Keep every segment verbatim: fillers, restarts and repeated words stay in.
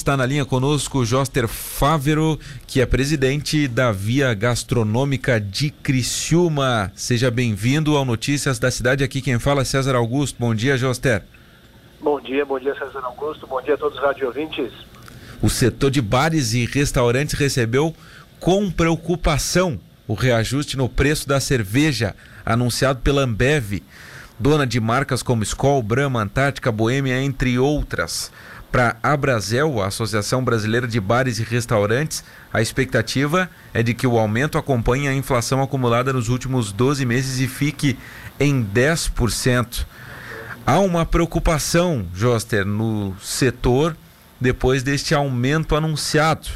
está na linha conosco o Joster Fávero, que é presidente da Via Gastronômica de Criciúma. Seja bem-vindo ao Notícias da Cidade. Aqui quem fala é César Augusto. Bom dia, Joster. Bom dia, bom dia, César Augusto. Bom dia a todos os radio-ouvintes. O setor de bares e restaurantes recebeu com preocupação o reajuste no preço da cerveja anunciado pela Ambev, dona de marcas como Skol, Brahma, Antártica, Boêmia, entre outras. Para a Abrazel, a Associação Brasileira de Bares e Restaurantes, a expectativa é de que o aumento acompanhe a inflação acumulada nos últimos doze meses e fique em dez por cento. Há uma preocupação, Joster, no setor depois deste aumento anunciado.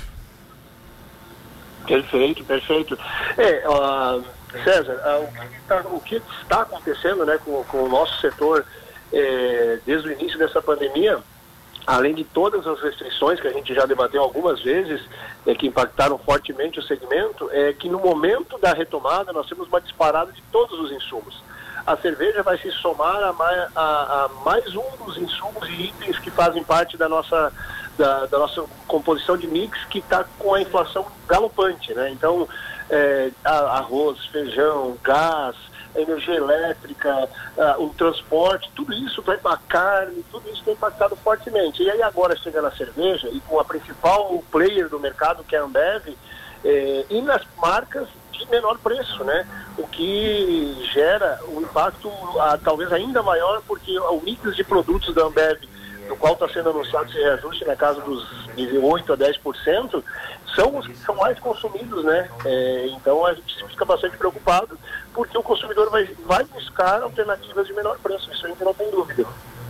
Perfeito, perfeito. É, uh, César, uh, o, que tá, o que está acontecendo, né, com, com o nosso setor é, desde o início dessa pandemia, além de todas as restrições que a gente já debateu algumas vezes, é, que impactaram fortemente o segmento, é que no momento da retomada nós temos uma disparada de todos os insumos. A cerveja vai se somar a mais, a, a mais um dos insumos e itens que fazem parte da nossa, da, da nossa composição de mix, que está com a inflação galopante, né? Então, é, arroz, feijão, gás, energia elétrica, uh, o transporte, tudo isso, a carne, tudo isso tem impactado fortemente. E aí agora chega na cerveja e com a principal player do mercado, que é a Ambev, eh, e nas marcas de menor preço, né? O que gera um impacto uh, talvez ainda maior, porque o mix de produtos da Ambev, no qual está sendo anunciado esse reajuste na casa dos de oito a dez por cento, são os que são mais consumidos, né? É, então a gente fica bastante preocupado, porque o consumidor vai, vai buscar alternativas de menor preço, isso a gente não tem dúvida.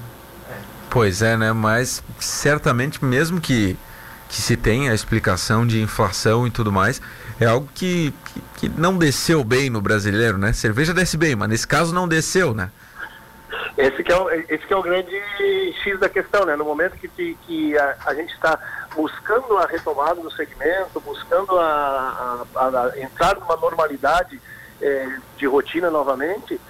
Pois é, né? Mas certamente, mesmo que, que se tenha a explicação de inflação e tudo mais, é algo que, que, que não desceu bem no brasileiro, né? Cerveja desce bem, mas nesse caso não desceu, né? Esse que é o, esse que é o grande X da questão, né? No momento que, que a, a gente está buscando a retomada do segmento, buscando a, a, a entrar numa normalidade é, de rotina novamente,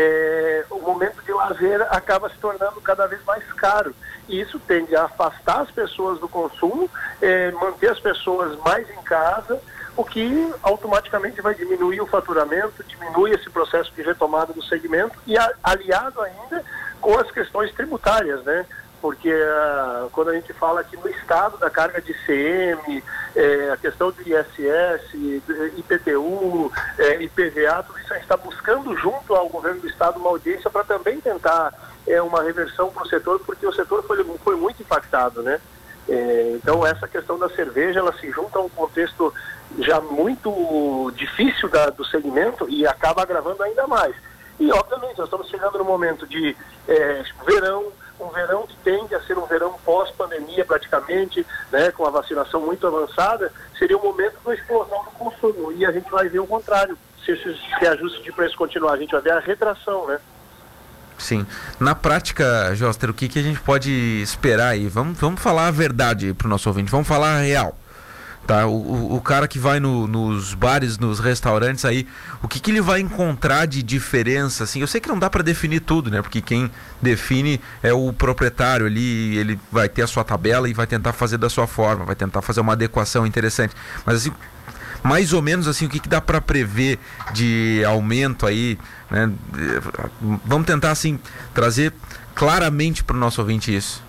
é, o momento de lazer acaba se tornando cada vez mais caro. E isso tende a afastar as pessoas do consumo, é, manter as pessoas mais em casa, o que automaticamente vai diminuir o faturamento, diminui esse processo de retomada do segmento e a, aliado ainda com as questões tributárias, né? Porque uh, quando a gente fala aqui no estado da carga de I C M, eh, a questão do I S S, I P T U, eh, I P V A, tudo isso a gente está buscando junto ao governo do estado uma audiência para também tentar eh, uma reversão para o setor, porque o setor foi, foi muito impactado, né? Eh, então essa questão da cerveja, ela se junta a um contexto já muito difícil da, do segmento e acaba agravando ainda mais. E obviamente nós estamos chegando no momento de eh, verão, um verão que tende a ser um verão pós-pandemia praticamente, né, com a vacinação muito avançada, seria o momento da explosão do consumo, e a gente vai ver o contrário. Se esse reajuste de preço continuar, a gente vai ver a retração, né? Sim. Na prática, Joster, o que, que a gente pode esperar aí? Vamos, vamos falar a verdade para o nosso ouvinte, vamos falar a real. Tá? O, o, o cara que vai no, nos bares, nos restaurantes aí, o que, que ele vai encontrar de diferença? Assim, eu sei que não dá para definir tudo, né? Porque quem define é o proprietário ali, ele vai ter a sua tabela e vai tentar fazer da sua forma, vai tentar fazer uma adequação interessante. Mas assim, mais ou menos assim, o que, que dá para prever de aumento aí, né? Vamos tentar assim trazer claramente para o nosso ouvinte isso.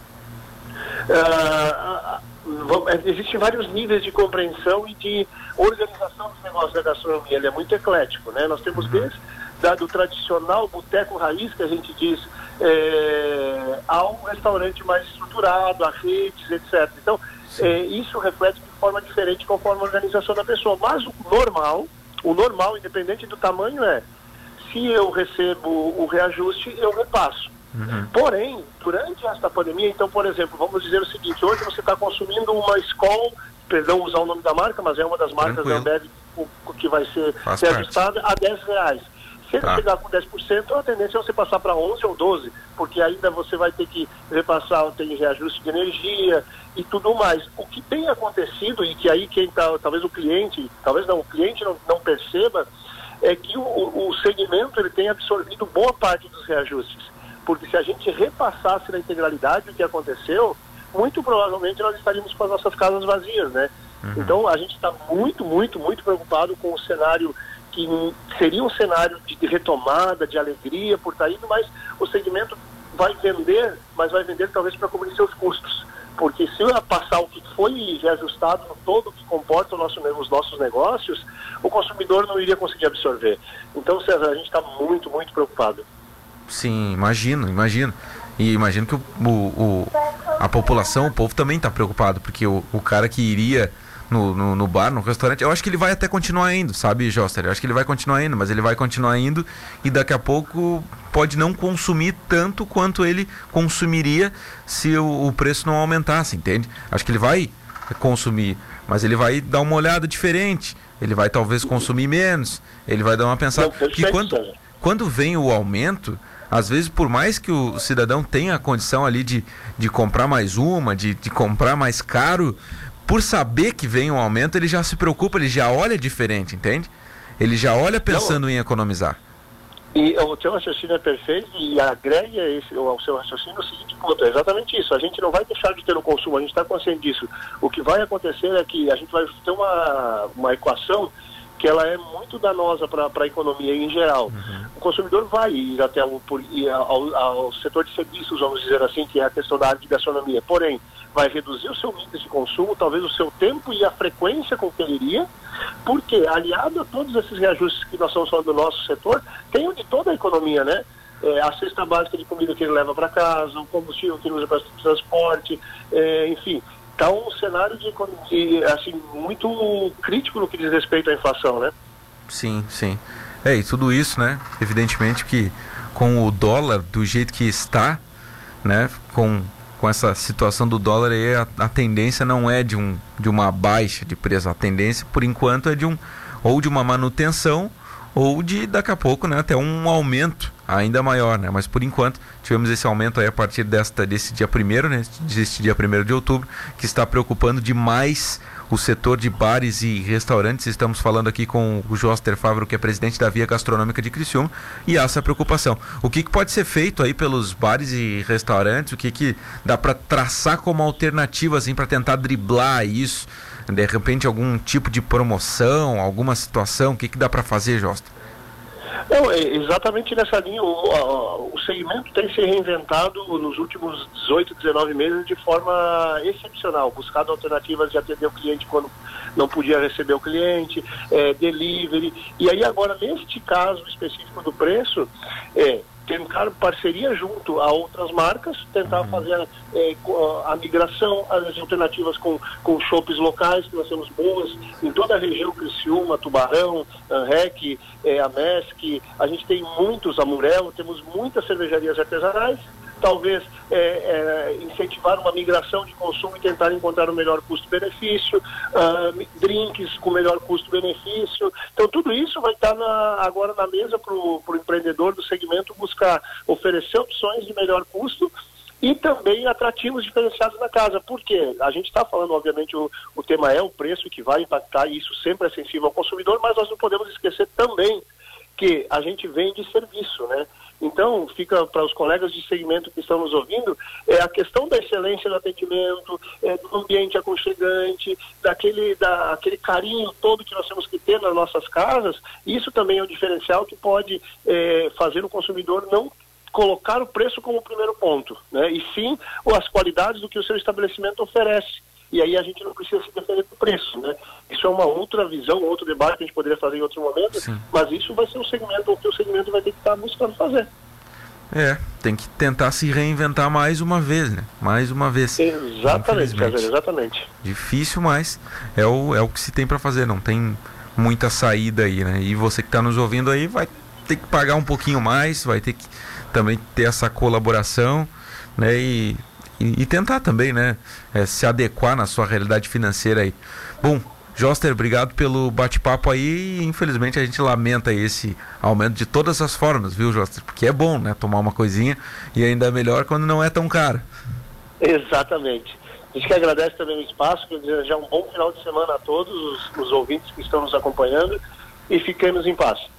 Uh, Existem vários níveis de compreensão e de organização dos negócios da gastronomia. Ele é muito eclético, né? Nós temos desde da, do tradicional boteco raiz, que a gente diz, é, a um restaurante mais estruturado, a redes, etcétera. Então, é, isso reflete de forma diferente conforme a organização da pessoa. Mas o normal, o normal, independente do tamanho, é: se eu recebo o reajuste, eu repasso. Uhum. Porém, durante esta pandemia, então, por exemplo, vamos dizer o seguinte: hoje você está consumindo uma Skol, perdão usar o nome da marca, mas é uma das marcas da Ambev que vai ser, ser ajustada a dez reais. Se ele tá. chegar com dez por cento, a tendência é você passar para onze ou doze, porque ainda você vai ter que repassar, tem reajuste de energia e tudo mais. O que tem acontecido, e que aí quem tá, talvez o cliente, talvez não, o cliente não, não perceba, é que o, o segmento ele tem absorvido boa parte dos reajustes. Porque se a gente repassasse na integralidade o que aconteceu, muito provavelmente nós estaríamos com as nossas casas vazias, né? Uhum. Então a gente está muito, muito, muito preocupado com o cenário que seria um cenário de retomada, de alegria por estar indo, mas o segmento vai vender, mas vai vender talvez para cobrir seus custos. Porque se eu passar o que foi reajustado no todo que comporta o nosso, os nossos negócios, o consumidor não iria conseguir absorver. Então, César, a gente está muito, muito preocupado. Sim, imagino, imagino. E imagino que o, o, o, a população, o povo também está preocupado, porque o, o cara que iria no, no, no bar, no restaurante, eu acho que ele vai até continuar indo, sabe, Joster? Eu acho que ele vai continuar indo, mas ele vai continuar indo e daqui a pouco pode não consumir tanto quanto ele consumiria se o, o preço não aumentasse, entende? Acho que ele vai consumir, mas ele vai dar uma olhada diferente, ele vai talvez consumir menos, ele vai dar uma pensada. Que quando, quando vem o aumento, às vezes, por mais que o cidadão tenha a condição ali de, de comprar mais uma, de, de comprar mais caro, por saber que vem um aumento, ele já se preocupa, ele já olha diferente, entende? Ele já olha pensando não, em economizar. E o teu raciocínio é perfeito e agrega esse, ao seu raciocínio o seguinte ponto, é exatamente isso. A gente não vai deixar de ter o consumo, a gente está consciente disso. O que vai acontecer é que a gente vai ter uma, uma equação que ela é muito danosa para a economia em geral. Uhum. O consumidor vai ir até o, por, ir ao, ao setor de serviços, vamos dizer assim, que é a questão da área de gastronomia. Porém, vai reduzir o seu índice de consumo, talvez o seu tempo e a frequência com que ele iria, porque, aliado a todos esses reajustes que nós estamos falando do nosso setor, tem o de toda a economia, né? É, a cesta básica de comida que ele leva para casa, o combustível que ele usa para transporte, é, enfim... Está um cenário de, de, assim, muito crítico no que diz respeito à inflação, né? Sim, sim. É, e tudo isso, né? Evidentemente que com o dólar do jeito que está, né? Com, com essa situação do dólar aí, a, a tendência não é de, um, de uma baixa de preço. A tendência, por enquanto, é de um ou de uma manutenção ou de, daqui a pouco, né, até um aumento ainda maior, né? Mas por enquanto tivemos esse aumento aí a partir desta, desse dia primeiro, né? Desse dia primeiro de outubro, que está preocupando demais o setor de bares e restaurantes. Estamos falando aqui com o Joster Fávaro, que é presidente da Via Gastronômica de Criciúma, e há essa preocupação. O que, que pode ser feito aí pelos bares e restaurantes? O que, que dá para traçar como alternativa, assim, para tentar driblar isso? De repente algum tipo de promoção, alguma situação, o que, que dá para fazer, Joster? Não, é exatamente nessa linha. O, a, o segmento tem se reinventado nos últimos dezoito, dezenove meses de forma excepcional, buscando alternativas de atender o cliente quando não podia receber o cliente, é, delivery. E aí agora, neste caso específico do preço, é tentar parceria junto a outras marcas, tentar fazer é, a migração, as alternativas com, com shoppes locais, que nós temos boas em toda a região, Criciúma, Tubarão, Anrec, é, a Mesc, a gente tem muitos, Amurel, temos muitas cervejarias artesanais, talvez é, é, incentivar uma migração de consumo e tentar encontrar o melhor custo-benefício, uh, drinks com melhor custo-benefício. Então tudo isso vai estar na, agora na mesa para o empreendedor do segmento buscar oferecer opções de melhor custo e também atrativos diferenciados na casa. Por quê? A gente está falando, obviamente, o, o tema é o preço que vai impactar, e isso sempre é sensível ao consumidor, mas nós não podemos esquecer também que a gente vende serviço, né? Então, fica para os colegas de segmento que estão nos ouvindo, é a questão da excelência do atendimento, é, do ambiente aconchegante, daquele, da, aquele carinho todo que nós temos que ter nas nossas casas. Isso também é um diferencial que pode é, fazer o consumidor não colocar o preço como primeiro ponto, né? E sim as qualidades do que o seu estabelecimento oferece. E aí a gente não precisa se defender do preço, né? Isso é uma outra visão, outro debate que a gente poderia fazer em outro momento, sim, mas isso vai ser um segmento, o que o segmento vai ter que estar buscando fazer. É, tem que tentar se reinventar mais uma vez, né? Mais uma vez. Exatamente, César, exatamente. Difícil, mas é o, é o que se tem para fazer, não tem muita saída aí, né? E você que está nos ouvindo aí vai ter que pagar um pouquinho mais, vai ter que também ter essa colaboração, né? E E, e tentar também, né, é, se adequar na sua realidade financeira aí. Bom, Joster, obrigado pelo bate-papo aí. Infelizmente a gente lamenta esse aumento de todas as formas, viu, Joster? Porque é bom, né, tomar uma coisinha, e ainda é melhor quando não é tão caro. Exatamente. A gente que agradece também o espaço, quer desejar um bom final de semana a todos os, os ouvintes que estão nos acompanhando, e fiquemos em paz.